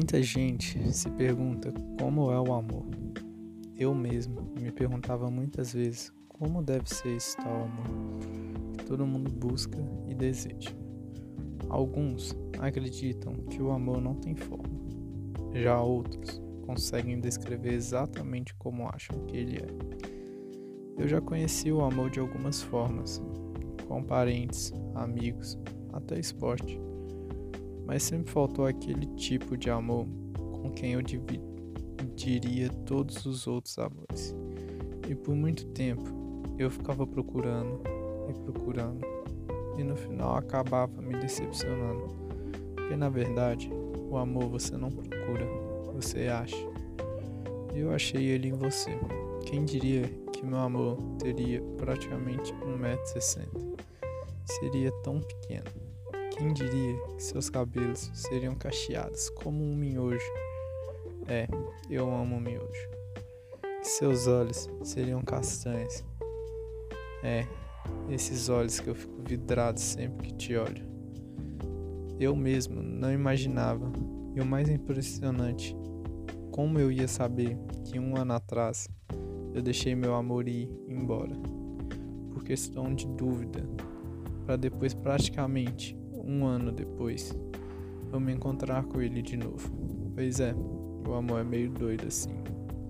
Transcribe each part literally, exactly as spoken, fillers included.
Muita gente se pergunta como é o amor. Eu mesmo me perguntava muitas vezes como deve ser esse tal amor que todo mundo busca e deseja. Alguns acreditam que o amor não tem forma, já outros conseguem descrever exatamente como acham que ele é. Eu já conheci o amor de algumas formas, com parentes, amigos, até esporte, mas sempre faltou aquele tipo de amor com quem eu dividiria todos os outros amores. E por muito tempo eu ficava procurando e procurando, e no final acabava me decepcionando, porque na verdade o amor você não procura, você acha. E eu achei ele em você. Quem diria que meu amor teria praticamente um metro e sessenta? Seria tão pequeno. Quem diria que seus cabelos seriam cacheados como um miojo? É, eu amo miojo. Que seus olhos seriam castanhos. É, esses olhos que eu fico vidrado sempre que te olho. Eu mesmo não imaginava, e o mais impressionante, como eu ia saber que um ano atrás eu deixei meu amor ir embora, por questão de dúvida, para depois, praticamente um ano depois, eu me encontrar com ele de novo. Pois é, o amor é meio doido assim,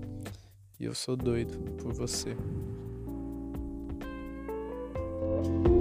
e eu sou doido por você.